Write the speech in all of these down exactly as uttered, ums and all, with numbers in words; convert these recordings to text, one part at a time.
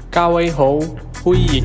各位好，歡迎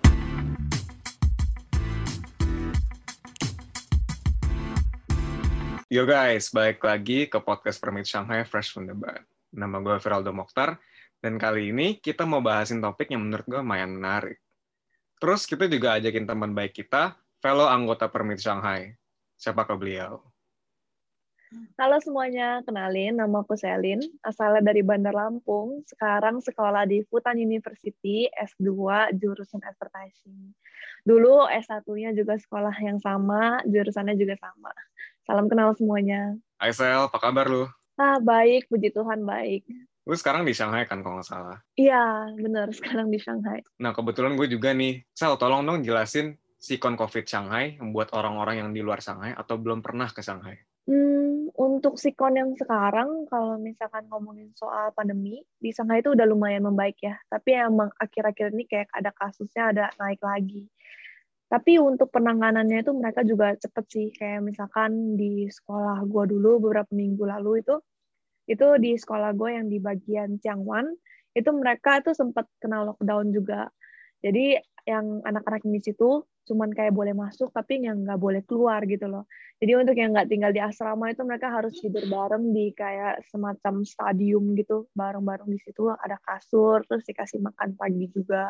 Yo guys, balik lagi ke podcast Permit Shanghai Fresh from the Bar. Nama gue Viraldo Mokhtar, dan kali ini kita mau bahasin topik yang menurut gue lumayan menarik. Terus kita juga ajakin teman baik kita, fellow anggota Permit Shanghai. Siapa ke beliau? Halo semuanya, kenalin nama aku Selin, asalnya dari Bandar Lampung, sekarang sekolah di Futan University, S dua, jurusan Advertising. Dulu S satu-nya juga sekolah yang sama, jurusannya juga sama. Salam kenal semuanya. Hai Sel, apa kabar lu? Ah, baik, puji Tuhan baik. Lu sekarang di Shanghai kan kalau nggak salah? Iya, benar, sekarang di Shanghai. Nah, kebetulan gue juga nih. Sel, tolong dong jelasin sikon COVID Shanghai yang buat orang-orang yang di luar Shanghai atau belum pernah ke Shanghai. Hmm, untuk sikon yang sekarang, kalau misalkan ngomongin soal pandemi, di Shanghai itu udah lumayan membaik ya. Tapi emang akhir-akhir ini kayak ada kasusnya ada naik lagi. Tapi untuk penanganannya itu mereka juga cepet sih. Kayak misalkan di sekolah gue dulu beberapa minggu lalu itu, itu di sekolah gue yang di bagian Jiangwan, itu mereka tuh sempat kena lockdown juga. Jadi yang anak-anak di situ cuman kayak boleh masuk, tapi yang nggak boleh keluar gitu loh. Jadi untuk yang nggak tinggal di asrama itu mereka harus tidur bareng di kayak semacam stadium gitu, bareng-bareng di situ ada kasur, terus dikasih makan pagi juga.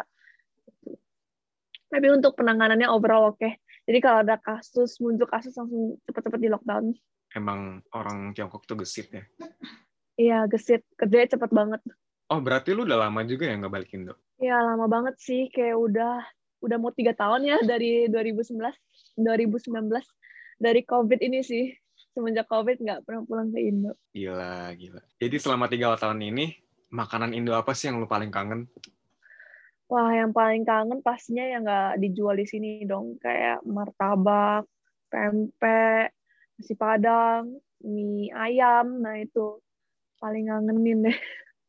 Tapi untuk penanganannya overall oke. Okay. Jadi kalau ada kasus, muncul kasus langsung cepet-cepet di lockdown. Emang orang Tiongkok tuh gesit ya? Iya, gesit. Kerjanya cepet banget. Oh, berarti lu udah lama juga ya nggak balik Indo? Iya, lama banget sih. Kayak udah udah mau tiga tahun ya dari dua ribu sembilan belas. Dari COVID ini sih. Semenjak COVID nggak pernah pulang ke Indo. Gila, gila. Jadi selama tiga tahun ini, makanan Indo apa sih yang lu paling kangen? Wah, yang paling kangen pastinya yang nggak dijual di sini dong. Kayak martabak, pempek, nasi padang, mie ayam. Nah, itu paling ngangenin deh.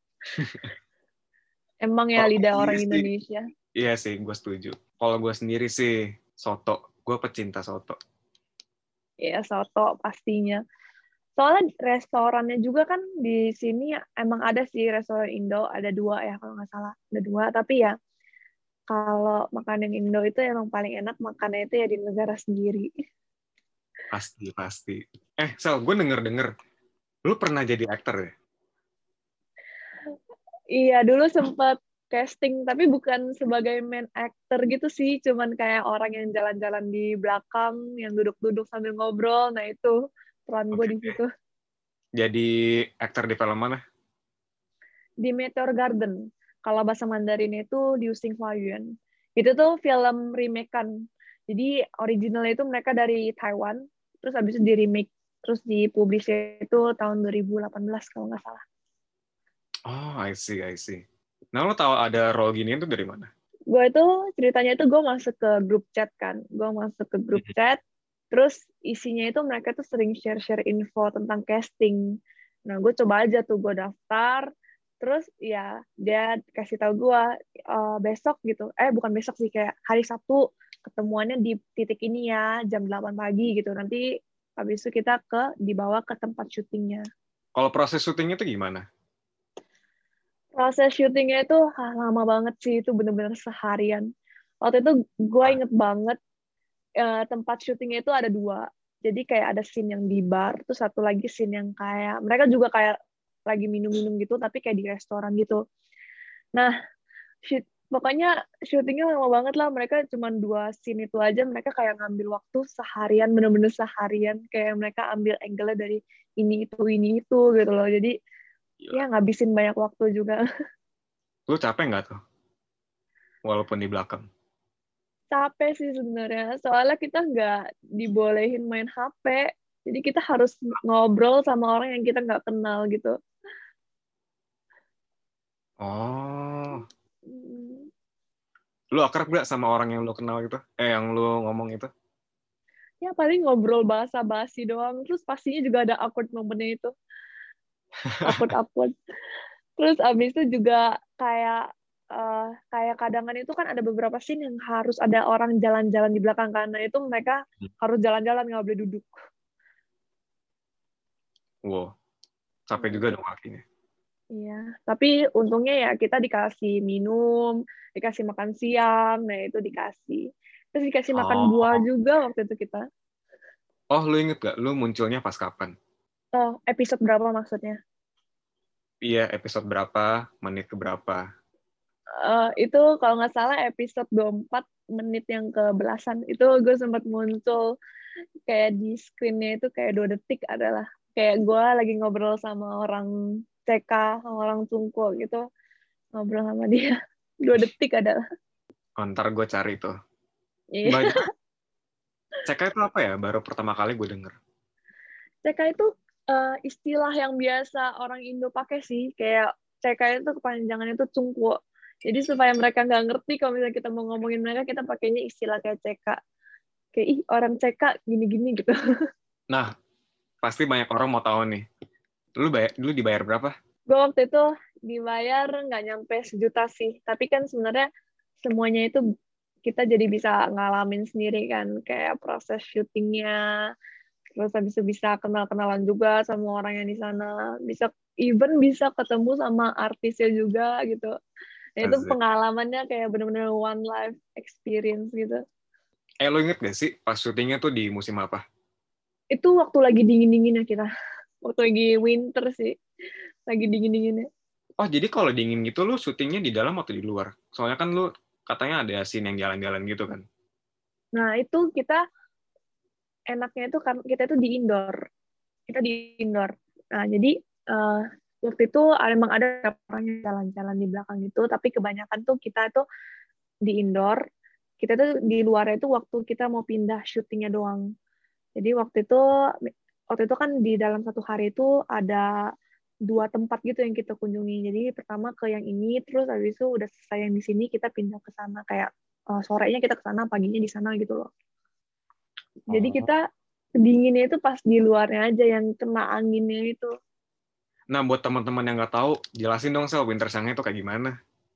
Emang ya Oh, lidah iya orang sih. Indonesia. Iya sih, gue setuju. Kalau gue sendiri sih, soto. Gue pecinta soto. Ya, soto pastinya. Soalnya restorannya juga kan di sini emang ada sih restoran Indo, ada dua ya kalau nggak salah. Ada dua, tapi ya kalau makanan Indo itu emang paling enak makannya itu ya di negara sendiri. Pasti, pasti. Eh, Sel, gue denger-denger. Lu pernah jadi aktor ya? Iya, dulu sempat casting, tapi bukan sebagai main actor gitu sih, cuman kayak orang yang jalan-jalan di belakang, yang duduk-duduk sambil ngobrol, nah itu peran gue Oke. di situ. Jadi aktor di film mana? Di Meteor Garden. Kalau bahasa Mandarin itu Liu Xinghua-yuan. Itu tuh film remake-an. Jadi originalnya itu mereka dari Taiwan, terus habis itu di remake, terus dipublish itu tahun dua ribu delapan belas kalau nggak salah. Oh, I see, I see. Nah, lo tahu ada role gini itu dari mana? Gue itu ceritanya itu gue masuk ke grup chat kan. Gue masuk ke grup chat, terus isinya itu mereka tuh sering share-share info tentang casting. Nah, gue coba aja tuh gue daftar, terus ya dia kasih tahu gue uh, besok gitu. Eh bukan besok sih, kayak hari Sabtu ketemuannya di titik ini ya jam delapan pagi gitu. Nanti habis itu kita ke dibawa ke tempat syutingnya. Kalau proses syutingnya itu gimana? Proses syutingnya itu ah, lama banget sih, itu bener-bener seharian. Waktu itu gue inget banget uh, tempat syutingnya itu ada dua. Jadi kayak ada scene yang di bar, terus satu lagi scene yang kayak mereka juga kayak lagi minum-minum gitu, tapi kayak di restoran gitu. Nah, shoot, pokoknya syutingnya lama banget lah. Mereka cuma dua scene itu aja, mereka kayak ngambil waktu seharian, bener-bener seharian. Kayak mereka ambil angle-nya dari ini itu ini itu gitu loh. Jadi Gila. ya ngabisin banyak waktu juga. Lu capek nggak tuh? Walaupun di belakang. Capek sih sebenarnya, soalnya kita nggak dibolehin main H P, jadi kita harus ngobrol sama orang yang kita nggak kenal gitu. Oh. Lu akrab nggak sama orang yang lu kenal gitu? Eh, yang lu ngomong itu? Ya paling ngobrol basa-basi doang, terus pastinya juga ada awkward momennya itu, awkward-awkward. Terus abis itu juga kayak uh, kayak kadangan itu kan ada beberapa scene yang harus ada orang jalan-jalan di belakang, karena itu mereka harus jalan-jalan, nggak boleh duduk. Wow. Capek juga dong kakinya. Iya, tapi untungnya ya kita dikasih minum, dikasih makan siang, nah itu dikasih. Terus dikasih makan buah Oh, juga waktu itu kita. oh lu inget gak? Lu munculnya pas kapan? Oh, episode berapa maksudnya? Iya, episode berapa, menit ke berapa? Eh, itu kalau nggak salah episode dua puluh empat menit yang ke belasan. Itu gue sempat muncul kayak di screen-nya itu kayak dua detik adalah. Kayak gue lagi ngobrol sama orang C K, sama orang Tungku gitu. Ngobrol sama dia. Dua detik adalah. Oh, ntar gue cari tuh. Iya. Banyak. C K itu apa ya? Baru pertama kali gue denger. C K itu uh, istilah yang biasa orang Indo pakai sih, kayak C K itu kepanjangannya itu Cungkuo. Jadi supaya mereka nggak ngerti kalau misalnya kita mau ngomongin mereka, kita pakainya istilah kayak C K. Kayak, ih orang C K gini-gini gitu. Nah, pasti banyak orang mau tahu nih. Lu bayar, dulu dibayar berapa? Gue waktu itu dibayar nggak nyampe sejuta sih, tapi kan sebenarnya semuanya itu kita jadi bisa ngalamin sendiri kan, kayak proses syutingnya, terus habis itu bisa kenal-kenalan juga sama orang yang di sana, bisa even bisa ketemu sama artisnya juga gitu. Nah, itu Asik. pengalamannya kayak bener-bener one life experience gitu. Eh, lu inget gak sih pas syutingnya tuh di musim apa? Itu waktu lagi dingin-dinginnya kita, waktu lagi winter sih, lagi dingin-dinginnya. Oh, jadi kalau dingin gitu lu syutingnya di dalam atau di luar? Soalnya kan lu katanya ada scene yang jalan-jalan gitu kan? Nah itu kita enaknya itu kan kita itu di indoor, kita di indoor. Nah jadi uh, waktu itu emang ada orang yang jalan-jalan di belakang itu, tapi kebanyakan tuh kita tuh di indoor, kita tuh di luar itu waktu kita mau pindah syutingnya doang. Jadi waktu itu waktu itu kan di dalam satu hari itu ada dua tempat gitu yang kita kunjungi. Jadi pertama ke yang ini, terus habis itu udah selesai yang di sini kita pindah ke sana, kayak uh, sorenya kita ke sana, paginya di sana gitu loh. Jadi Oh. kita dinginnya itu pas di luarnya aja yang kena anginnya itu. Nah, buat teman-teman yang nggak tahu, jelasin dong Sel, Winter Shanghai itu kayak gimana?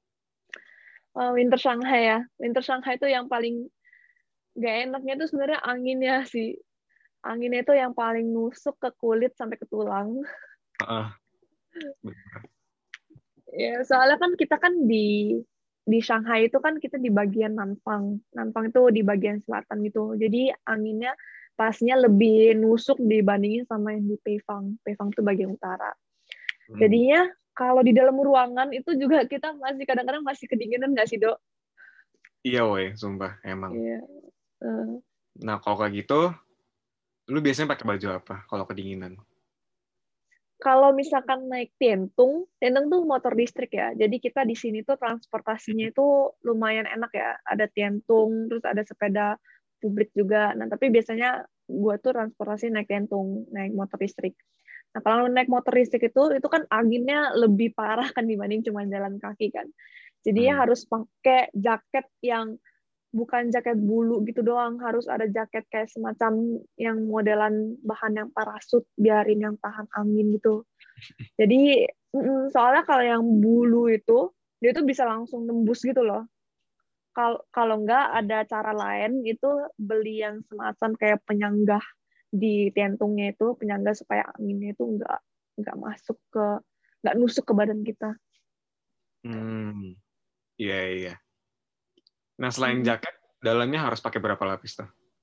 Uh, Winter Shanghai ya. Winter Shanghai itu yang paling gak enaknya itu sebenarnya anginnya sih. Anginnya itu yang paling nusuk ke kulit sampai ke tulang. Ah, bener. Ya, soalnya kan kita kan di di Shanghai itu kan kita di bagian Nanfang. Nanfang itu di bagian selatan gitu. Jadi anginnya pasnya lebih nusuk dibandingin sama yang di Peifang. Peifang itu bagian utara. Hmm. Jadinya kalau di dalam ruangan itu juga kita masih kadang-kadang masih kedinginan nggak sih, Dok? Iya, woi, sumpah, emang. Iya. Uh, Nah, kalau kayak gitu, lu biasanya pakai baju apa kalau kedinginan? kalau misalkan naik Tiantung, Tiantung tuh motor listrik ya. Jadi kita di sini tuh transportasinya itu lumayan enak ya. Ada Tiantung, terus ada sepeda publik juga. Nah, tapi biasanya gue tuh transportasi naik Tiantung, naik motor listrik. Nah, kalau naik motor listrik itu, itu kan anginnya lebih parah kan dibanding cuma jalan kaki kan. Jadi Hmm. harus pakai jaket yang bukan jaket bulu gitu doang, harus ada jaket kayak semacam yang modelan bahan yang parasut, biarin yang tahan angin gitu. Jadi soalnya kalau yang bulu itu dia tuh bisa langsung nembus gitu loh. Kalau kalau nggak ada cara lain itu beli yang semacam kayak penyanggah di tentungnya itu, penyanggah supaya anginnya itu nggak nggak masuk ke nggak nusuk ke badan kita. Hmm. Iya, iya. Nah, selain Hmm. jaket, dalamnya harus pakai berapa lapis tuh?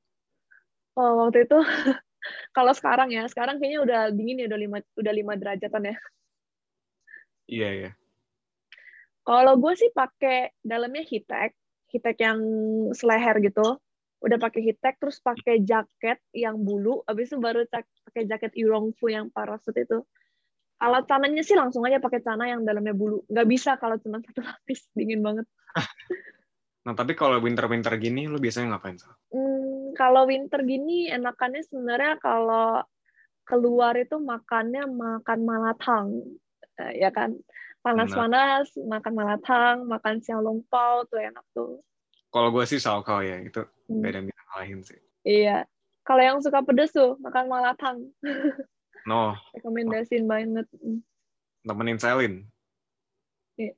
Oh, waktu itu kalau sekarang ya, sekarang kayaknya udah dingin ya, udah lima udah lima derajatan ya. Iya, iya. Kalau gue sih pakai dalamnya heat-tech, heat-tech yang seleher gitu. Udah pakai heat-tech, terus pakai jaket yang bulu, habis itu baru pakai jaket Yulongfu yang parasut itu. Kalau cananya sih langsung aja pakai cana yang dalamnya bulu. Nggak bisa kalau cuma satu lapis, dingin banget. Nah, tapi kalau winter-winter gini, lu biasanya ngapain, Sel? Hmm, kalau winter gini, enakannya sebenarnya kalau keluar itu makannya makan malatang. Eh, ya kan? Nah, Panas-panas, makan malatang, makan xiaolongbao, tuh enak tuh. kalau gue sih Salkau ya, itu nggak Hmm. ada yang bisa ngalahin sih. Iya. Kalau yang suka pedes tuh, makan malatang. No, Rekomendasiin banget. temenin Selin. Iya,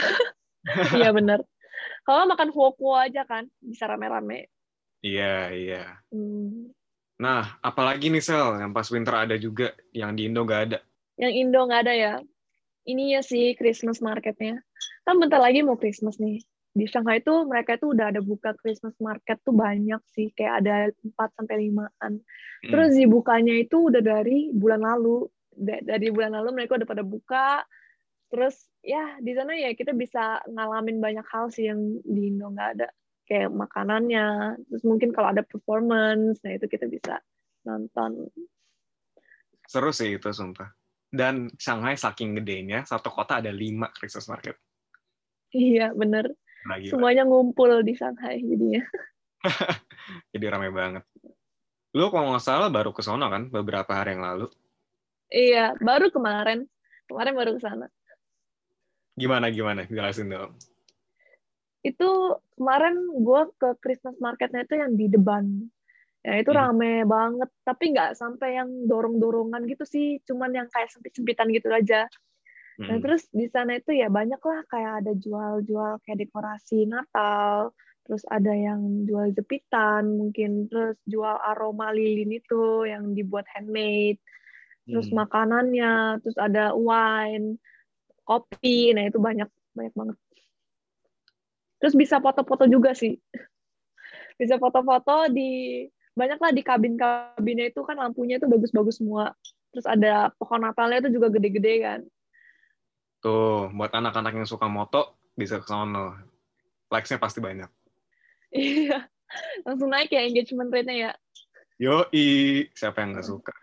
iya bener. Kalau makan huokuo aja kan, bisa rame-rame. Iya, iya. Hmm. Nah, apalagi nih Sel, yang pas winter ada juga, yang di Indo nggak ada. Yang Indo nggak ada ya. ini ya sih Christmas marketnya. Kan bentar lagi mau Christmas nih. Di Shanghai itu mereka tuh udah ada buka Christmas market tuh banyak sih, kayak ada empat sampai limaan. Terus Hmm. dibukanya itu udah dari bulan lalu. Dari bulan lalu mereka udah pada buka. Terus ya di sana ya kita bisa ngalamin banyak hal sih yang di Indo nggak ada. Kayak makanannya, terus mungkin kalau ada performance, nah itu kita bisa nonton. Seru sih itu, sumpah. Dan Shanghai saking gedenya, satu kota ada lima Christmas market. Iya, bener. Lagi lah. Semuanya ngumpul di Shanghai jadinya. Jadi ramai banget. Lu kalau nggak salah baru ke sono kan beberapa hari yang lalu. Iya, baru kemarin. Kemarin baru ke sana. Gimana gimana? Jelasin dong. Itu kemarin gue ke Christmas marketnya itu yang di Deban. Ya itu Hmm. rame banget, tapi nggak sampai yang dorong-dorongan gitu sih, cuman yang kayak sempit-sempitan gitu aja. Nah Hmm. terus di sana itu ya banyak lah kayak ada jual-jual kayak dekorasi Natal, terus ada yang jual jepitan mungkin, terus jual aroma lilin itu yang dibuat handmade, terus Hmm. makanannya, terus ada wine, kopi, nah itu banyak banyak banget. Terus bisa foto-foto juga sih, bisa foto-foto di banyak lah di kabin-kabinnya itu kan lampunya itu bagus-bagus semua. Terus ada pohon Natalnya itu juga gede-gede kan. Tuh, buat anak-anak yang suka moto bisa ke sono. Likes-nya pasti banyak. Iya, langsung naik ya engagement rate-nya ya. Yoi, siapa yang nggak suka?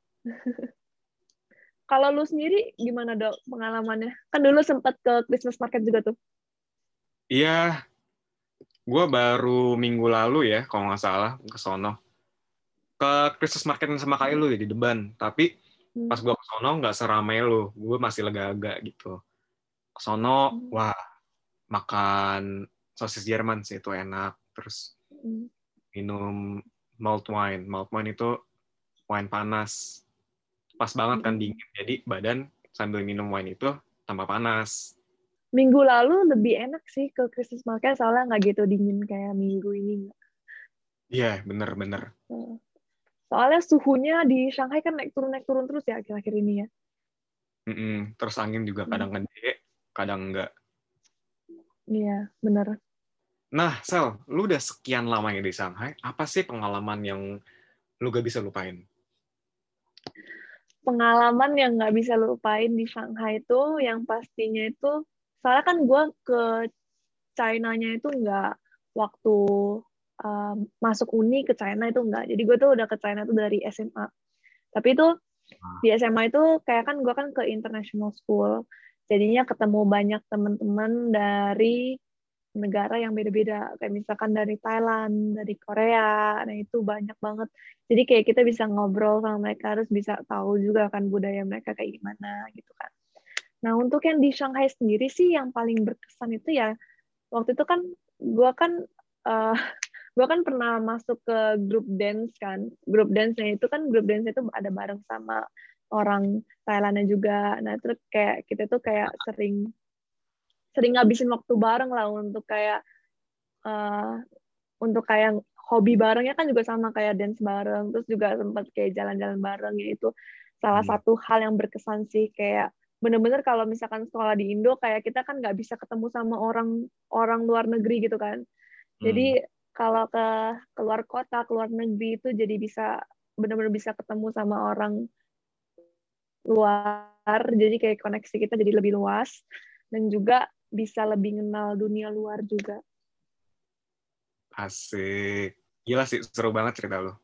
Kalau lu sendiri gimana dok pengalamannya? Kan dulu sempat ke Christmas market juga tuh. Iya, gue baru minggu lalu ya, kalau nggak salah, ke sono. Ke Christmas market yang sama kayak lu ya, di Deban. Tapi pas Hmm. gue ke sono nggak seramai lu. Gue masih lega-lega gitu. Ke sono, Hmm. wah, makan sosis Jerman sih, itu enak. Terus Hmm. minum malt wine. Malt wine itu wine panas. Pas banget kan Hmm. dingin. Jadi badan sambil minum wine itu tambah panas. Minggu lalu lebih enak sih ke Christmas market soalnya nggak gitu dingin kayak minggu ini. Iya, yeah, bener-bener. Soalnya suhunya di Shanghai kan naik turun naik turun terus ya akhir-akhir ini ya. Mm-mm. Terus angin juga kadang gede, kadang enggak. Iya, benar. Nah, Sel, lu udah sekian lamanya di Shanghai, apa sih pengalaman yang lu gak bisa lupain? Pengalaman yang nggak bisa lupain di Shanghai itu yang pastinya itu, soalnya kan gue ke China-nya itu nggak waktu um, masuk uni ke China itu nggak. Jadi gue tuh udah ke China tuh dari S M A. Tapi itu di S M A itu kayak kan gue kan ke international school. Jadinya ketemu banyak teman-teman dari negara yang beda-beda, kayak misalkan dari Thailand, dari Korea, nah itu banyak banget. Jadi kayak kita bisa ngobrol sama mereka, harus bisa tahu juga kan budaya mereka kayak gimana gitu kan. Nah untuk yang di Shanghai sendiri sih yang paling berkesan itu ya waktu itu kan gue kan uh, gue kan pernah masuk ke grup dance kan, grup dance-nya itu kan grup dance itu ada bareng sama orang Thailandnya juga. Nah terus kayak kita tuh kayak sering sering ngabisin waktu bareng lah untuk kayak uh, untuk kayak hobi barengnya kan juga sama kayak dance bareng, terus juga sempat kayak jalan-jalan bareng, ya itu salah Hmm. satu hal yang berkesan sih. Kayak bener-bener kalau misalkan sekolah di Indo kayak kita kan nggak bisa ketemu sama orang orang luar negeri gitu kan, Hmm. jadi kalau ke keluar kota keluar negeri itu jadi bisa bener-bener bisa ketemu sama orang luar, jadi kayak koneksi kita jadi lebih luas dan juga bisa lebih kenal dunia luar juga. Asik. Gila sih, seru banget cerita lu.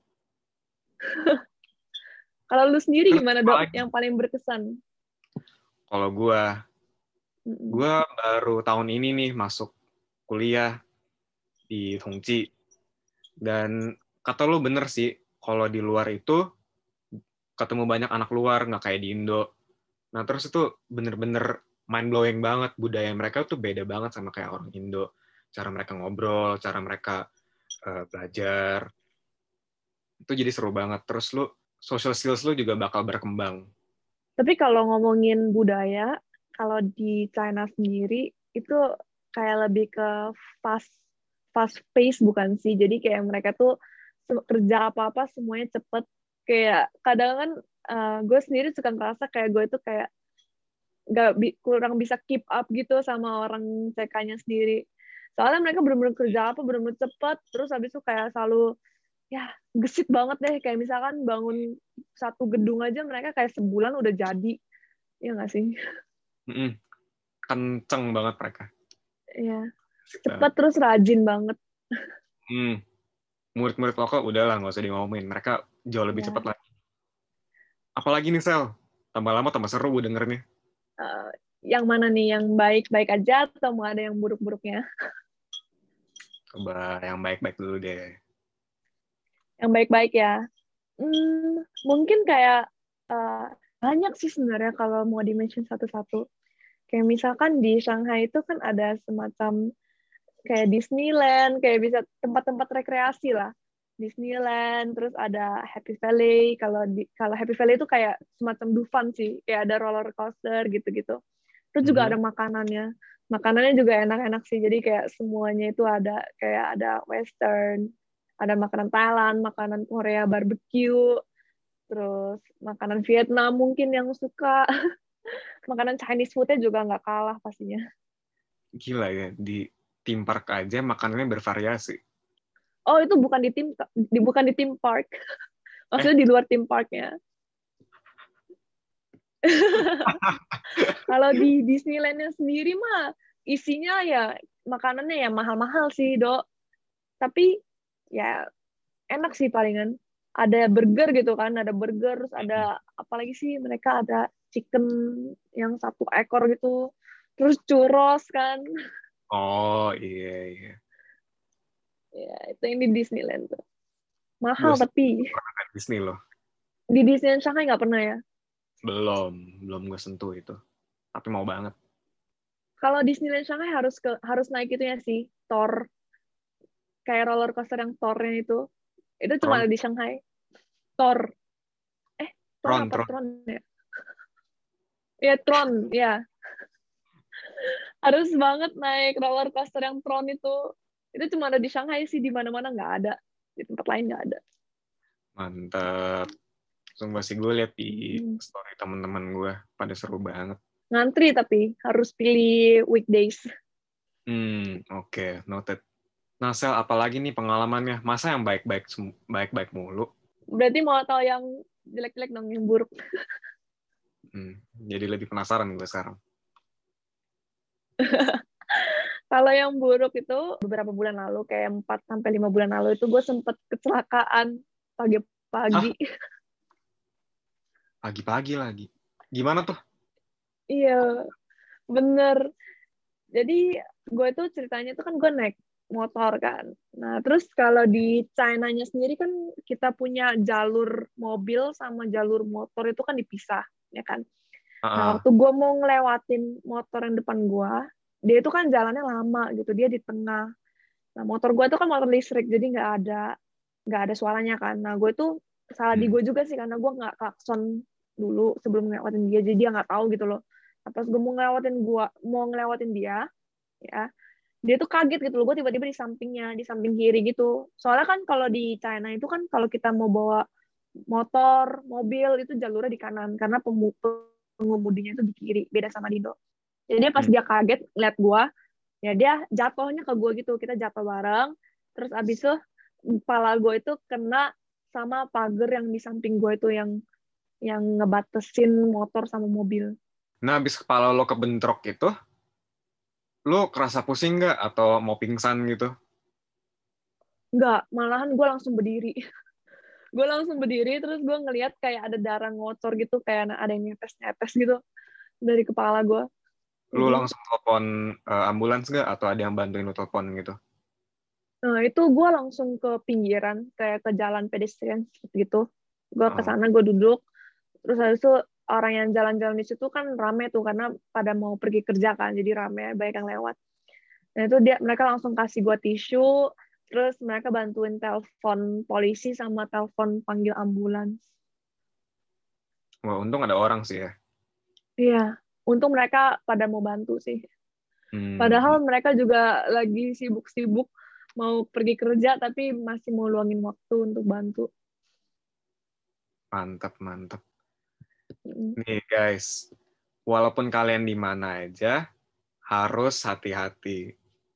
Kalau lu sendiri Terus gimana apa dok lagi? yang paling berkesan? Kalau gua, Mm-mm. gua baru tahun ini nih masuk kuliah di Hongqi. Dan kata lu bener sih, kalau di luar itu ketemu banyak anak luar, nggak kayak di Indo. Nah, terus itu bener-bener mind-blowing banget. Budaya mereka tuh beda banget sama kayak orang Indo. Cara mereka ngobrol, cara mereka uh, belajar. Itu jadi seru banget. Terus lu, social skills lu juga bakal berkembang. Tapi kalau ngomongin budaya, kalau di China sendiri itu kayak lebih ke fast fast pace bukan sih? Jadi kayak mereka tuh kerja apa-apa semuanya cepet. Kayak kadang kan uh, gue sendiri suka ngerasa kayak gue itu kayak nggak bi- kurang bisa keep up gitu sama orang C K-nya sendiri. Soalnya mereka benar-benar kerja apa benar-benar cepat, terus habis itu kayak selalu ya gesit banget deh, kayak misalkan bangun satu gedung aja mereka kayak sebulan udah jadi, ya nggak sih? Mm-mm. Kenceng banget mereka. Iya, Asik cepat banget. terus rajin banget. Hmm. Murid-murid lokal udahlah nggak usah ngomongin, mereka jauh lebih Ya. cepat lagi. Apalagi nih Sel, tambah lama tambah seru gue dengernya. Uh, yang mana nih, yang baik-baik aja atau mau ada yang buruk-buruknya? Coba yang baik-baik dulu deh. Yang baik-baik ya. Hmm, mungkin kayak uh, banyak sih sebenarnya kalau mau di-mention satu-satu. Kayak misalkan di Shanghai itu kan ada semacam kayak Disneyland, kayak bisa tempat-tempat rekreasi lah. Disneyland, terus ada Happy Valley. Kalau di kalau Happy Valley itu kayak semacam Dufan sih, kayak ada roller coaster gitu-gitu. Terus juga Mhm. ada makanannya. Makanannya juga enak-enak sih. Jadi kayak semuanya itu ada, kayak ada Western, ada makanan Thailand, makanan Korea barbecue, terus makanan Vietnam mungkin yang suka. Makanan Chinese food-nya juga nggak kalah pastinya. Gila ya, di theme park aja makanannya bervariasi. Oh, itu bukan di tim di bukan di theme park. Eh, Maksudnya di luar theme parknya. Kalau di Disneyland-nya sendiri mah isinya ya makanannya ya mahal-mahal sih, Dok. Tapi ya enak sih palingan. Ada burger gitu kan, ada burger, terus ada apalagi sih mereka ada chicken yang satu ekor gitu. Terus churros kan. oh iya iya. Ya, itu yang di Disneyland tuh. Gue Mahal sih tapi pernah ke Disney loh. di Disneyland Shanghai nggak pernah ya. Belum, belum gue sentuh itu. Tapi mau banget. Kalau Disneyland Shanghai harus ke harus naik itunya sih, Thor. Kayak roller coaster yang Thor-nya itu. Itu cuma Tron, ada di Shanghai. Thor. Eh, Thor Tron, apa Tron. Tron ya? Ya, Tron, ya. Harus banget naik roller coaster yang Tron itu. Itu cuma ada di Shanghai sih, di mana-mana nggak ada. Di tempat lain nggak ada. Mantap. Sumpah sih gue lihat di Hmm. story teman-teman gue pada seru banget. Ngantri tapi harus pilih weekdays. Hmm, oke, okay, noted. Nah, Sel, apalagi nih pengalamannya? Masa yang baik-baik baik-baik mulu? Berarti mau tahu yang jelek-jelek dong, yang buruk. Hmm, jadi lebih penasaran gue sekarang. Kalau yang buruk itu beberapa bulan lalu, kayak empat sampai lima bulan lalu itu gue sempet kecelakaan pagi-pagi. Hah? Pagi-pagi lagi. Gimana tuh? Iya, bener. Jadi gue tuh ceritanya tuh kan gue naik motor kan. Nah, terus kalau di China-nya sendiri kan kita punya jalur mobil sama jalur motor itu kan dipisah, ya kan. Nah, Uh-uh. waktu gue mau ngelewatin motor yang depan gue, dia itu kan jalannya lama gitu, dia di tengah. Nah, motor gue tuh kan motor listrik, jadi nggak ada nggak ada suaranya kan. Nah, gue tuh salah di Hmm. gue juga sih karena gue nggak klakson dulu sebelum ngelewatin dia, jadi dia nggak tahu gitu loh. Nah, pas gue mau ngelewatin gua mau ngelewatin dia, ya dia tuh kaget gitu loh, gue tiba-tiba di sampingnya, di samping kiri gitu. Soalnya kan kalau di China itu kan kalau kita mau bawa motor, mobil itu jalurnya di kanan karena pengemudinya itu di kiri, beda sama di Indo. Jadi pas Hmm. dia kaget lihat gue, ya dia jatuhnya ke gue gitu, kita jatuh bareng. Terus abis itu kepala gue itu kena sama pagar yang di samping gue itu yang yang ngebatesin motor sama mobil. Nah, habis kepala lo kebentrok itu, lo kerasa pusing nggak? Atau mau pingsan gitu? Enggak, malahan gue langsung berdiri. Gue langsung berdiri, terus gue ngeliat kayak ada darah ngocor gitu, kayak ada yang netes-netes gitu dari kepala gue. Lo Jadi, langsung telepon uh, ambulans nggak? Atau ada yang bantuin lo telepon gitu? nah itu gue langsung ke pinggiran, kayak ke jalan pedestrian gitu. Gue ke Oh. sana, gue duduk. Terus habis itu orang yang jalan-jalan di situ kan rame tuh, karena pada mau pergi kerja kan, jadi rame, banyak yang lewat. Nah itu dia mereka langsung kasih gue tisu, terus mereka bantuin telepon polisi sama telepon panggil ambulans. Wah, untung ada orang sih ya. Iya, untung mereka pada mau bantu sih. Hmm. Padahal mereka juga lagi sibuk-sibuk mau pergi kerja, tapi masih mau luangin waktu untuk bantu. Mantap, mantap. Mm. Nih guys, walaupun kalian di mana aja, harus hati-hati.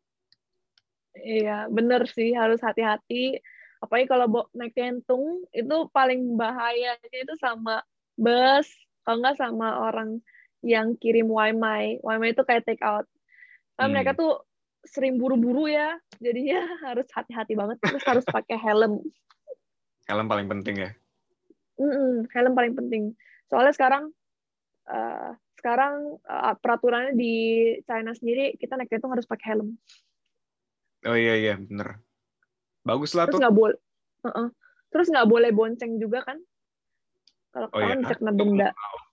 Iya, bener sih, harus hati-hati. Apalagi kalau bo- naik kentung, itu paling bahayanya itu sama bus, kalau nggak sama orang yang kirim Waimai. Waimai itu kayak take out. Kan mereka Hmm. tuh sering buru-buru ya, jadinya harus hati-hati banget. Terus harus pakai helm. Helm paling penting ya. Mm-mm, helm paling penting. Soalnya sekarang, uh, sekarang uh, peraturannya di China sendiri, kita naik kentung harus pakai helm. Oh iya iya bener. Bagus lah Terus tuh. nggak boleh, uh-uh. Terus nggak boleh bonceng juga kan? Kalau Oh iya. ketahuan bisa kena denda.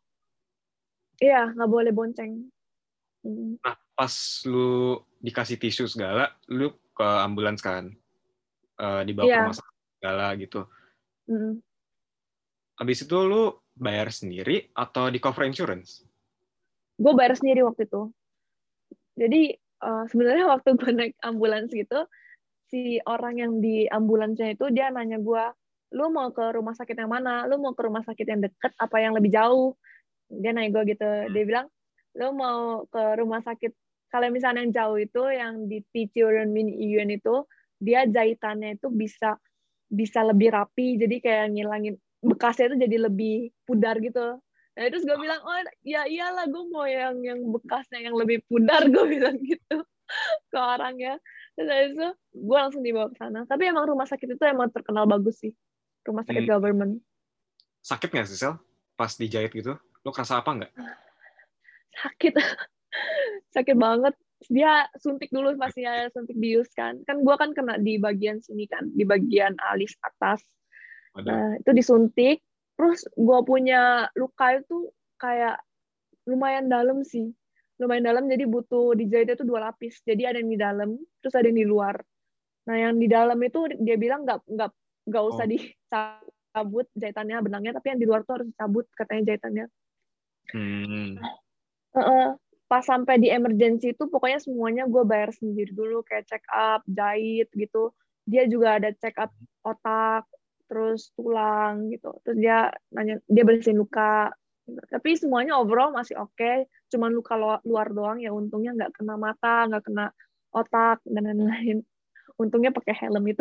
Iya, nggak boleh bonceng. Hmm. Nah, pas lu dikasih tisu segala, lu ke ambulans kan, uh, dibawa ke rumah Iya. sakit segala gitu. Hmm. Habis itu lu bayar sendiri atau di cover insurance? Gue bayar sendiri waktu itu. Jadi uh, sebenarnya waktu gue naik ambulans gitu, si orang yang di ambulansnya itu dia nanya gue, lu mau ke rumah sakit yang mana? Lu mau ke rumah sakit yang deket apa yang lebih jauh? Dia nanya gue gitu. Dia bilang, lu mau ke rumah sakit, kalau misalnya yang jauh itu, yang di Tichuren Mini Yuan itu, dia jahitannya itu bisa bisa lebih rapi, jadi kayak ngilangin bekasnya itu jadi lebih pudar gitu. Nah terus gue bilang, oh ya iyalah gue mau yang yang bekasnya yang lebih pudar, gue bilang gitu ke orangnya. Terus habis itu gue langsung dibawa ke sana. Tapi emang rumah sakit itu emang terkenal bagus sih, rumah sakit Hmm. government. Sakit nggak sih, Sel? Pas dijahit gitu? Lu kerasa apa nggak? Sakit, sakit banget. Dia suntik dulu, pasti ada suntik bius kan. Kan gue kan kena di bagian sini kan, di bagian alis atas. Waduh. Nah itu disuntik. Terus gue punya luka itu kayak lumayan dalam sih. Lumayan dalam, jadi butuh dijahitnya itu dua lapis. Jadi ada yang di dalam, terus ada yang di luar. Nah yang di dalam itu dia bilang nggak nggak nggak usah Oh. dicabut jahitannya, benangnya, tapi yang di luar tuh harus dicabut katanya jahitannya. Hmm. Uh, pas sampai di emergency itu pokoknya semuanya gue bayar sendiri dulu, kayak check up, jahit gitu. Dia juga ada check up otak, terus tulang gitu. Terus dia nanya, dia bersihin luka. Tapi semuanya overall masih oke. Okay. Cuman luka luar doang ya, untungnya nggak kena mata, nggak kena otak dan lain-lain. Untungnya pakai helm itu.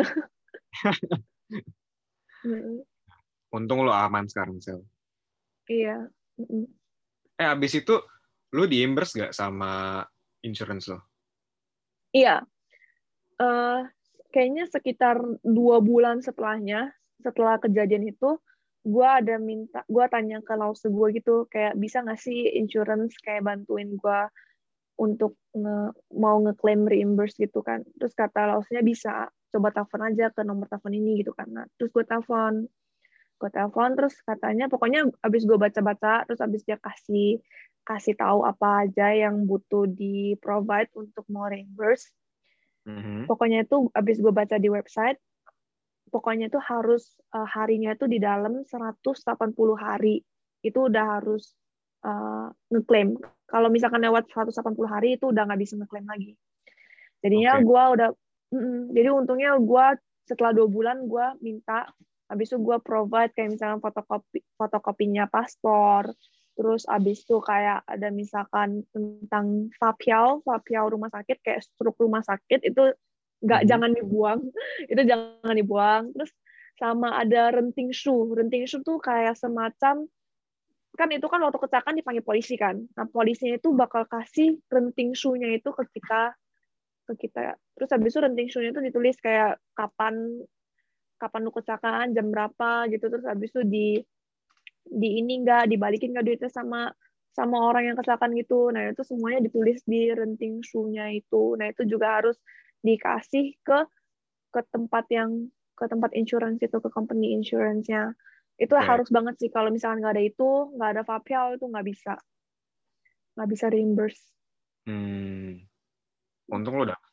Untung lu aman sekarang, Sel. Iya. Eh, abis itu lu diimbers nggak sama insurance lo? Iya. Uh, kayaknya sekitar dua bulan setelahnya, setelah kejadian itu, gue ada minta, gue tanya ke lause gue gitu, kayak bisa nggak sih insurance kayak bantuin gue untuk nge, mau ngeklaim reimburse gitu kan. Terus kata lausnya bisa, coba telepon aja ke nomor telepon ini gitu kan. Nah, terus gue telepon, gue telepon terus katanya, pokoknya abis gue baca-baca, terus abis dia kasih kasih tahu apa aja yang butuh di provide untuk mau reimburse. Mm-hmm. Pokoknya itu abis gue baca di website, pokoknya itu harus uh, harinya itu di dalam seratus delapan puluh hari. Itu udah harus uh, ngeklaim. Kalau misalkan lewat seratus delapan puluh hari, itu udah nggak bisa ngeklaim lagi. Jadinya Okay. gue udah, mm, jadi untungnya gue setelah dua bulan gue minta, habis itu gue provide kayak misalkan fotokopi fotokopinya paspor, terus abis itu kayak ada misalkan tentang fapiau, fapiau rumah sakit, kayak struk rumah sakit, itu nggak Mm-hmm. jangan dibuang, itu jangan dibuang. Terus sama ada renting shoe, renting shoe tuh kayak semacam, kan itu kan waktu kecelakaan dipanggil polisi kan, nah polisinya itu bakal kasih renting shoe-nya itu ke kita, ke kita. Terus habis itu renting shoe-nya itu ditulis kayak kapan kapan lu kecelakaan, jam berapa gitu. Terus habis itu di di ini nggak dibalikin nggak duitnya sama sama orang yang kecelakaan gitu. Nah itu semuanya ditulis di renting shoe-nya itu. Nah itu juga harus dikasih ke ke tempat yang ke tempat insurance itu, ke company insurance-nya. Itu Okay. harus banget sih, kalau misalkan nggak ada itu, nggak ada fapial, itu nggak bisa nggak bisa reimburse. Hmm. Untung lu udah.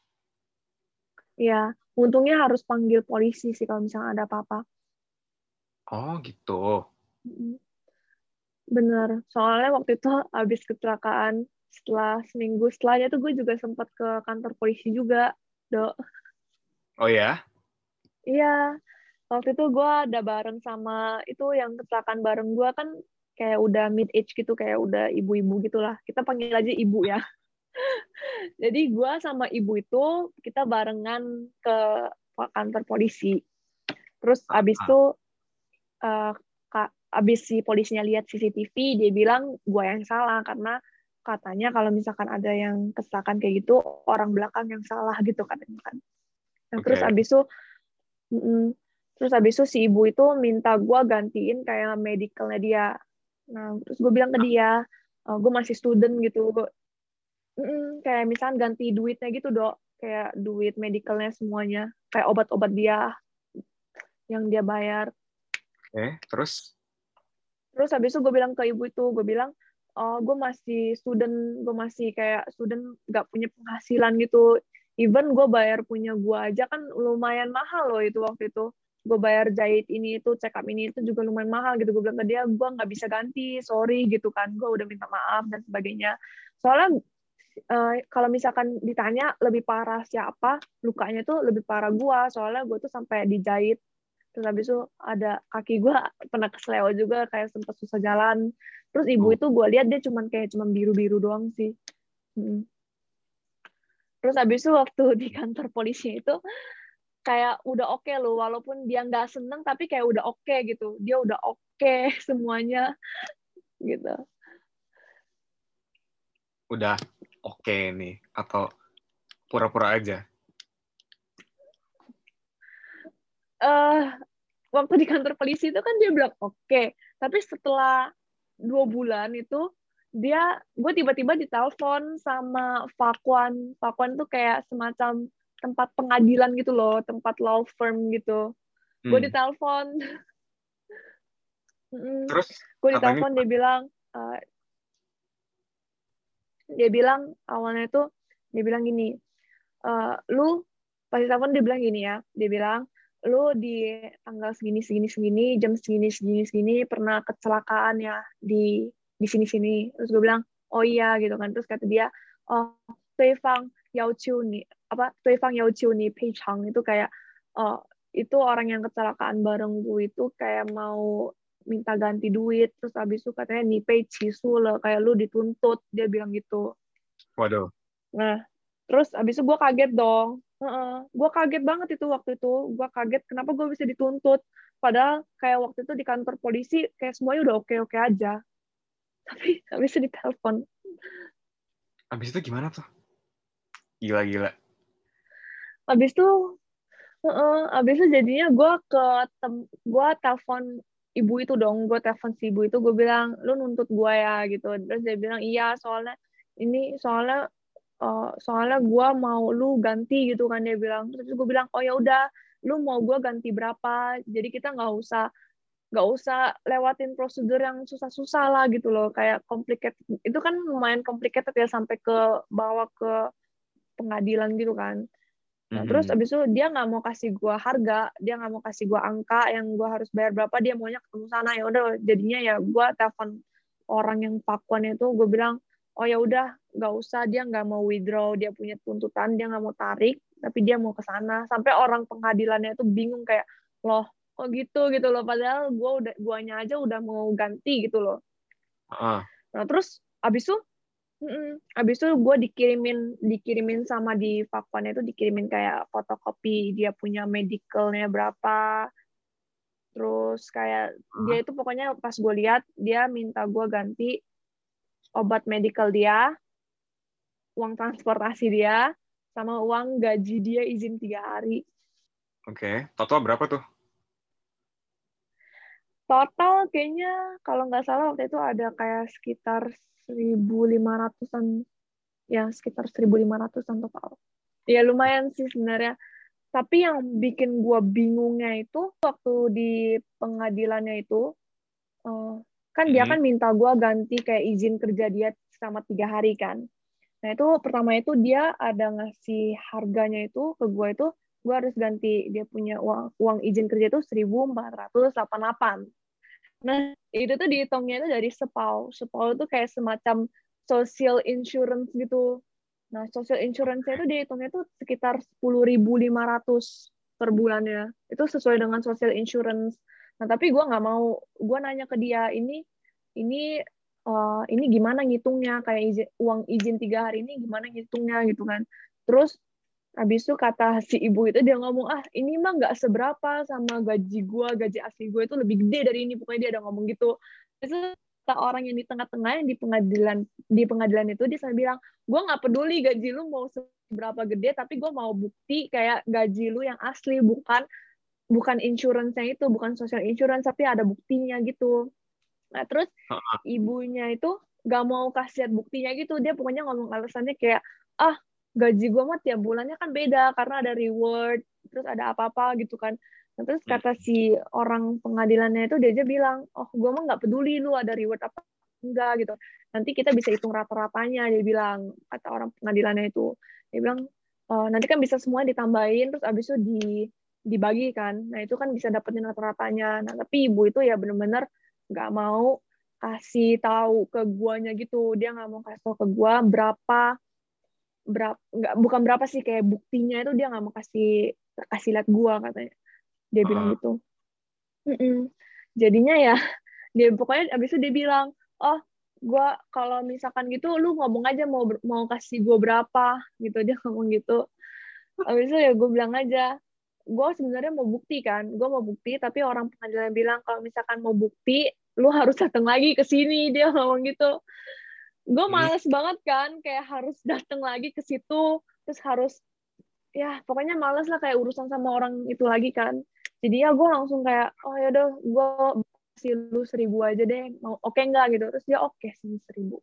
Ya, untungnya harus panggil polisi sih kalau misalnya ada apa-apa. Oh gitu. Bener, soalnya waktu itu habis kecelakaan, setelah seminggu setelahnya tuh gue juga sempat ke kantor polisi juga, Dok. Oh ya? Iya, waktu itu gue ada bareng sama itu yang kecelakaan bareng gue kan, kayak udah mid age gitu, kayak udah ibu-ibu gitulah. Kita panggil aja ibu ya. Jadi gue sama ibu itu kita barengan ke kantor polisi. Terus abis itu uh, abis si polisinya lihat C C T V, dia bilang gue yang salah karena katanya kalau misalkan ada yang kecelakaan kayak gitu orang belakang yang salah gitu katanya kan. Nah, okay. Terus abis itu mm, terus abis itu si ibu itu minta gue gantiin kayak medicalnya dia. Nah terus gue bilang ke dia, oh, gue masih student gitu, gue mm, kayak misalnya ganti duitnya gitu dok, kayak duit medicalnya semuanya, kayak obat-obat dia yang dia bayar. Oke, okay, terus? Terus habis itu gue bilang ke ibu itu, gue bilang, oh, gue masih student, gue masih kayak student, gak punya penghasilan gitu. Even gue bayar punya gue aja kan lumayan mahal loh itu waktu itu. Gue bayar jahit ini itu, check up ini itu juga lumayan mahal gitu. Gue bilang ke dia, gue gak bisa ganti, sorry gitu kan. Gue udah minta maaf dan sebagainya. Soalnya uh, kalau misalkan ditanya lebih parah siapa, lukanya tuh lebih parah gue. Soalnya gue tuh sampai dijahit. Terus habis itu ada kaki gue pernah kesleo juga, kayak sempat susah jalan. Terus ibu itu gue lihat dia cuman kayak cuman biru-biru doang sih. Hmm. Terus habis itu waktu di kantor polisi itu kayak udah oke okay loh, walaupun dia nggak seneng tapi kayak udah oke okay gitu. Dia udah oke okay semuanya gitu. Udah oke okay nih atau pura-pura aja? Uh, waktu di kantor polisi itu kan dia bilang oke, okay. Tapi setelah dua bulan itu dia, gue tiba-tiba ditelepon sama Fakwan. Fakwan tuh kayak semacam tempat pengadilan gitu loh, tempat law firm gitu. Hmm. Gue ditelepon. Terus? Gue ditelepon dia bilang, uh, dia bilang awalnya tuh dia bilang gini, uh, lu pas ditelepon dia bilang gini ya, dia bilang lu di tanggal segini segini segini jam segini segini segini pernah kecelakaan ya di di sini sini. Terus gue bilang oh iya gitu kan. Terus kata dia oh Tuifang Yao Chiu nih apa Tuifang Yao Chiu nih Pei Chang itu kayak oh itu orang yang kecelakaan bareng gue itu kayak mau minta ganti duit. Terus abis itu katanya nih Pei Chisu lah kayak lu dituntut, dia bilang gitu. Waduh. Nah terus abis itu gue kaget dong. Uh-uh. Gue kaget banget itu waktu itu. Gue kaget kenapa gue bisa dituntut. Padahal kayak waktu itu di kantor polisi kayak semuanya udah oke-oke aja. Tapi habis itu ditelepon. Habis itu gimana tuh? Gila-gila. Habis itu, uh-uh. habis itu jadinya gue ke tem- gue telepon ibu itu dong. Gue telepon si ibu itu. Gue bilang, lu nuntut gue ya gitu. Terus dia bilang iya soalnya ini soalnya Uh, soalnya gue mau lu ganti gitu kan, dia bilang. Terus gue bilang oh ya udah lu mau gue ganti berapa, jadi kita nggak usah nggak usah lewatin prosedur yang susah-susah lah gitu loh, kayak complicated itu kan lumayan complicated ya sampai ke bawa ke pengadilan gitu kan. Nah, mm-hmm. Terus abis itu dia nggak mau kasih gue harga, dia nggak mau kasih gue angka yang gue harus bayar berapa, dia maunya ketemu sana. Ya udah jadinya ya gue telepon orang yang pakuannya itu, gue bilang oh ya udah nggak usah, dia nggak mau withdraw, dia punya tuntutan, dia nggak mau tarik, tapi dia mau ke sana. Sampai orang pengadilannya itu bingung kayak loh kok gitu gitu loh, padahal gue udah guanya aja udah mau ganti gitu loh. Uh. Nah terus abis itu abis itu gue dikirimin dikirimin sama di Fakwannya itu dikirimin kayak fotokopi dia punya medicalnya berapa. Terus kayak uh. dia itu pokoknya pas gue lihat dia minta gue ganti obat medical dia, uang transportasi dia, sama uang gaji dia izin tiga hari. Oke, okay. Total berapa tuh? Total kayaknya kalau nggak salah waktu itu ada kayak sekitar seribu lima ratusan, ya sekitar seribu lima ratusan total. Ya lumayan sih sebenarnya. Tapi yang bikin gue bingungnya itu waktu di pengadilannya itu, kan dia kan minta gue ganti kayak izin kerja dia selama tiga hari kan. Nah itu pertama itu dia ada ngasih harganya itu ke gue itu, gue harus ganti dia punya uang uang izin kerja itu seribu empat ratus delapan puluh delapan. Nah itu tuh dihitungnya itu dari Sepau. Sepau itu kayak semacam social insurance gitu. Nah social insurance-nya itu dihitungnya itu sekitar sepuluh ribu lima ratus per bulannya. Itu sesuai dengan social insurance. Nah tapi gue nggak mau, gue nanya ke dia ini ini uh, ini gimana ngitungnya, kayak izin, uang izin tiga hari ini gimana ngitungnya gitu kan. Terus habis itu kata si ibu itu dia ngomong, ah ini mah nggak seberapa sama gaji gue, gaji asli gue itu lebih gede dari ini, pokoknya dia ada ngomong gitu. Terus kata orang yang di tengah-tengah yang di pengadilan di pengadilan itu dia sampai bilang, gue nggak peduli gaji lu mau seberapa gede, tapi gue mau bukti kayak gaji lu yang asli, bukan bukan insurance-nya itu, bukan social insurance, tapi ada buktinya gitu. Nah, terus ibunya itu gak mau kasih buktinya gitu. Dia pokoknya ngomong alasannya kayak, ah, gaji gue mah tiap bulannya kan beda, karena ada reward, terus ada apa-apa gitu kan. Nah, terus kata si orang pengadilannya itu, dia aja bilang, oh, gue mah gak peduli lu ada reward apa enggak gitu. Nanti kita bisa hitung rata-ratanya, dia bilang, kata orang pengadilannya itu. Dia bilang, oh, nanti kan bisa semua ditambahin, terus abis itu di dibagi kan. Nah, itu kan bisa dapetin rata-ratanya. Nah, tapi ibu itu ya bener-bener nggak mau kasih tahu ke guanya gitu. Dia nggak mau kasih tahu ke gua berapa berapa nggak bukan berapa sih, kayak buktinya itu dia nggak mau kasih kasih lihat gua katanya. Dia Uh. bilang gitu. Mm-mm. Jadinya ya dia pokoknya abis itu dia bilang, "Oh, gua kalau misalkan gitu lu ngomong aja mau mau kasih gua berapa." gitu, dia ngomong gitu. Abis itu ya gue bilang aja, gue sebenarnya mau bukti kan, gue mau bukti, tapi orang pengadilan bilang kalau misalkan mau bukti, lu harus datang lagi ke sini, dia ngomong gitu. Gue males banget kan, kayak harus datang lagi ke situ, terus harus, ya pokoknya males lah kayak urusan sama orang itu lagi kan. Jadi ya gue langsung kayak, oh yaudah, gue kasih lu seribu aja deh, mau oke okay nggak gitu, terus dia oke okay, sih seribu.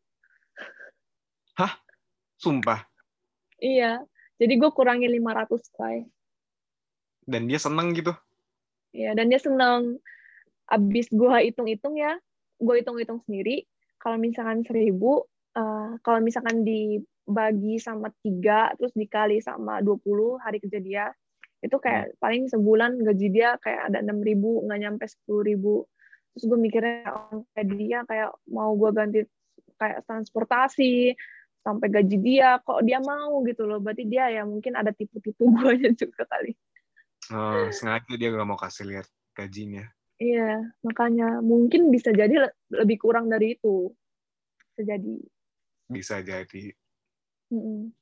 Hah? Sumpah? Iya. Jadi gue kurangin lima ratus kali. Dan dia seneng gitu? Iya, dan dia seneng. Abis gue hitung-hitung ya, gue hitung-hitung sendiri, kalau misalkan seribu, uh, kalau misalkan dibagi sama tiga, terus dikali sama dua puluh hari kerja dia, itu kayak hmm. paling sebulan gaji dia kayak ada enam ribu, nggak nyampe sepuluh ribu. Terus gue mikirnya, oh, kayak dia kayak mau gue ganti kayak transportasi, sampai gaji dia, kok dia mau gitu loh. Berarti dia ya mungkin ada tipu-tipu gue juga kali. Oh, sengaja dia gak mau kasih lihat gajinya. Iya, makanya mungkin bisa jadi lebih kurang dari itu. Bisa jadi. Bisa jadi. Mm-mm.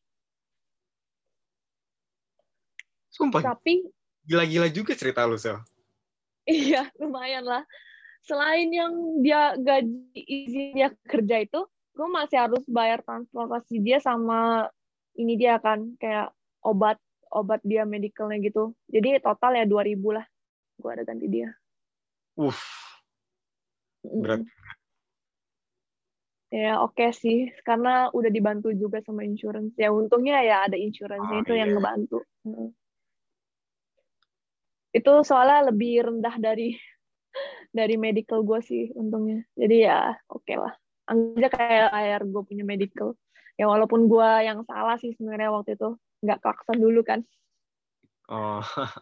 Sumpah, tapi gila-gila juga cerita lu, Sel. Iya, lumayan lah. Selain yang dia gaji izin dia kerja itu, gue masih harus bayar transportasi dia sama ini dia kan, kayak obat obat dia medicalnya gitu. Jadi total ya dua ribu lah. Gue ada ganti dia. Uff. Berat. Ya oke okay sih, karena udah dibantu juga sama insurance. Ya untungnya ya ada insurance-nya oh, itu iya. yang ngebantu. Hmm. Itu soalnya lebih rendah dari dari medical gue sih untungnya. Jadi ya oke okay lah. Anggap aja kayak air gue punya medical. Ya walaupun gue yang salah sih sebenarnya waktu itu. Nggak klakson dulu kan. Oh.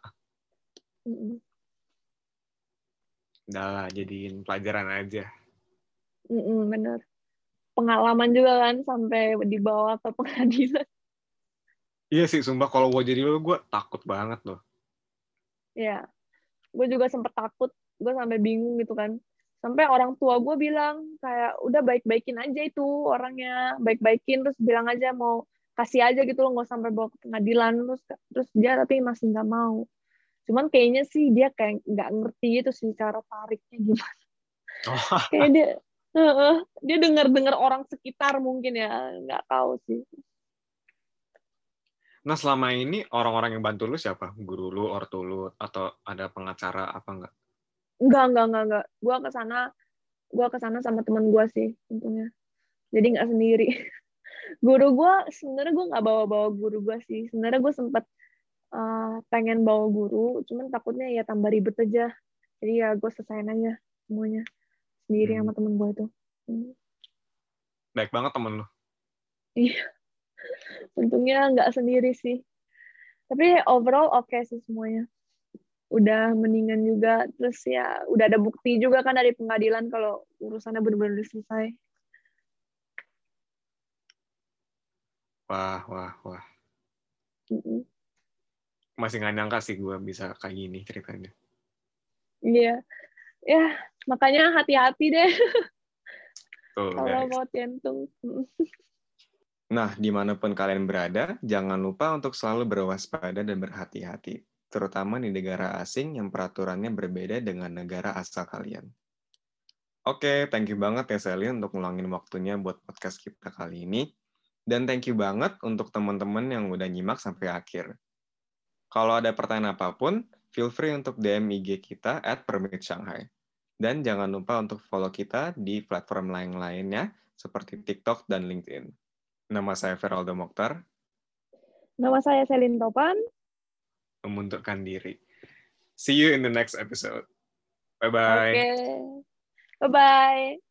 Udah lah, jadiin pelajaran aja. Mm-mm, bener. Pengalaman juga kan sampai dibawa ke pengadilan. Iya sih, sumpah kalau gue jadi lo, gue takut banget loh. Iya. Gue juga sempet takut. Gue sampai bingung gitu kan. Sampai orang tua gue bilang kayak udah baik-baikin aja itu orangnya, baik-baikin terus bilang aja mau kasih aja gitu loh, nggak sampai bawa ke pengadilan. Terus terus dia tapi masih nggak mau. Cuman kayaknya sih dia kayak nggak ngerti itu sih cara tariknya gimana. Oh. Kayak dia uh, dia dengar-dengar orang sekitar mungkin ya, nggak tahu sih. Nah selama ini orang-orang yang bantu lu siapa? Guru lu, ortu lu, atau ada pengacara apa enggak? Enggak, enggak, enggak, enggak. Gue kesana, gue kesana sama teman gue sih, untungnya. Jadi nggak sendiri. Guru gue, sebenarnya gue nggak bawa-bawa guru gue sih. Sebenarnya gue sempet uh, pengen bawa guru, cuman takutnya ya tambah ribet aja. Jadi ya gue selesain aja semuanya sendiri hmm. sama temen gue itu. Hmm. Baik banget temen lu. Iya. Untungnya nggak sendiri sih. Tapi overall oke okay sih semuanya. Udah mendingan juga, terus ya udah ada bukti juga kan dari pengadilan kalau urusannya benar-benar selesai. Wah, wah, wah. Mm-mm. Masih nggak nyangka sih gue bisa kayak gini ceritanya. Iya, ya makanya hati-hati deh. Tuh, Kalau guys. mau Tiantung. Nah, dimanapun kalian berada, jangan lupa untuk selalu berwaspada dan berhati-hati, terutama di negara asing yang peraturannya berbeda dengan negara asal kalian. Oke, thank you banget ya Selin untuk ngulangin waktunya buat podcast kita kali ini. Dan thank you banget untuk teman-teman yang udah nyimak sampai akhir. Kalau ada pertanyaan apapun, feel free untuk D M I G kita at Permit Shanghai. Dan jangan lupa untuk follow kita di platform lain-lainnya seperti TikTok dan LinkedIn. Nama saya Feraldo Mokhtar. Nama saya Selin Topan. Memundurkan diri. See you in the next episode. Bye-bye. Oke. Bye-bye.